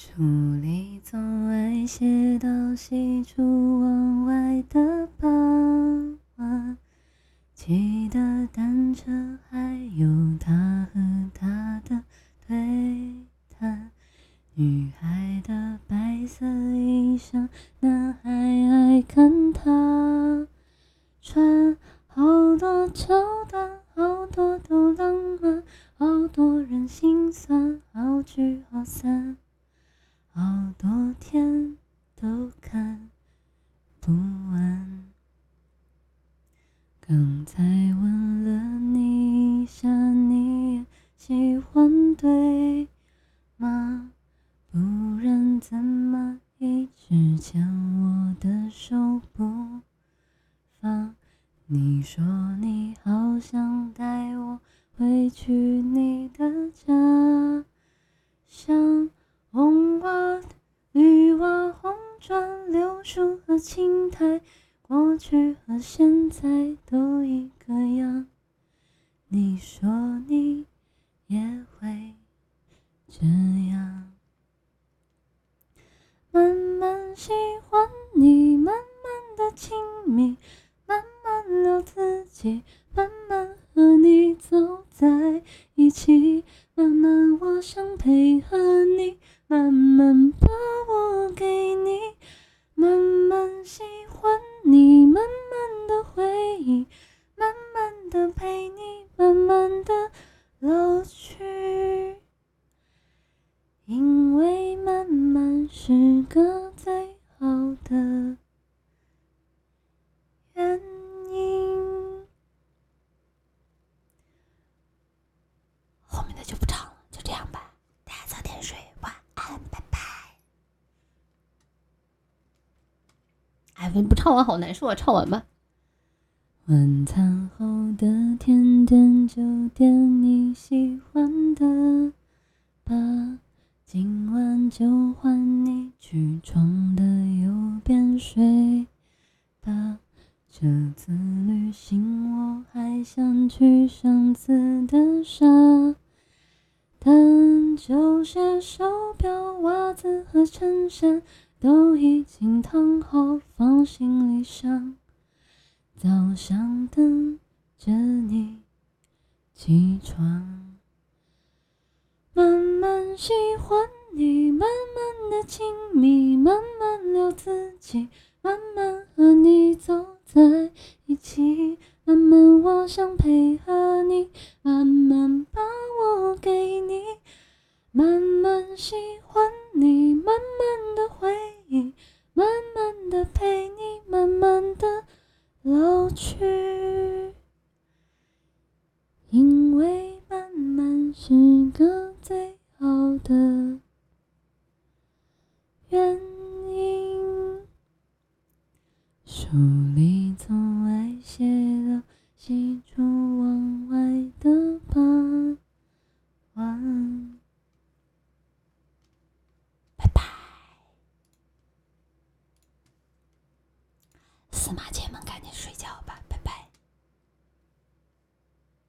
书里总爱写到喜出望外的傍晚，骑的单车还有他和他的对谈，女孩的白色衣裳，男孩爱看她穿，好多桥段，好多都浪漫，好多人心酸，好聚好散，好多天都看不完。刚才问了你一下，你也喜欢对吗？不然怎么一直牵我的手不放？你说你好想带我回去你的家乡，红瓦绿瓦红砖柳树和青苔，过去和现在都一个样。你说你也会这样，慢慢喜欢你，慢慢的亲密，慢慢聊自己，慢慢和你走在一起，慢慢我想配合你，慢慢把我给你，慢慢喜欢你，慢慢的回忆，慢慢的陪你，慢慢的老去，因为慢慢是个最好的原因。后面的就不唱了，就这样吧，大家早点睡，晚安，拜拜。哎，不唱完好难受啊，唱完吧。晚餐后的甜点就点你喜欢的吧，今晚就换你去床的右边睡吧。这次旅行我还想去上次的沙滩，旧鞋、手表、袜子和衬衫都已经烫好放行李箱，早上等着你起床。慢慢喜欢你，慢慢的亲密，慢慢聊自己，慢慢和你走在一起，慢慢我想配合你，慢慢把我给你，慢慢喜欢你，慢慢的回忆，慢慢的陪你，慢慢的老去，因为慢慢是个最好的原因。书里总爱写到喜出望外的傍晚。拜拜。司马迁们。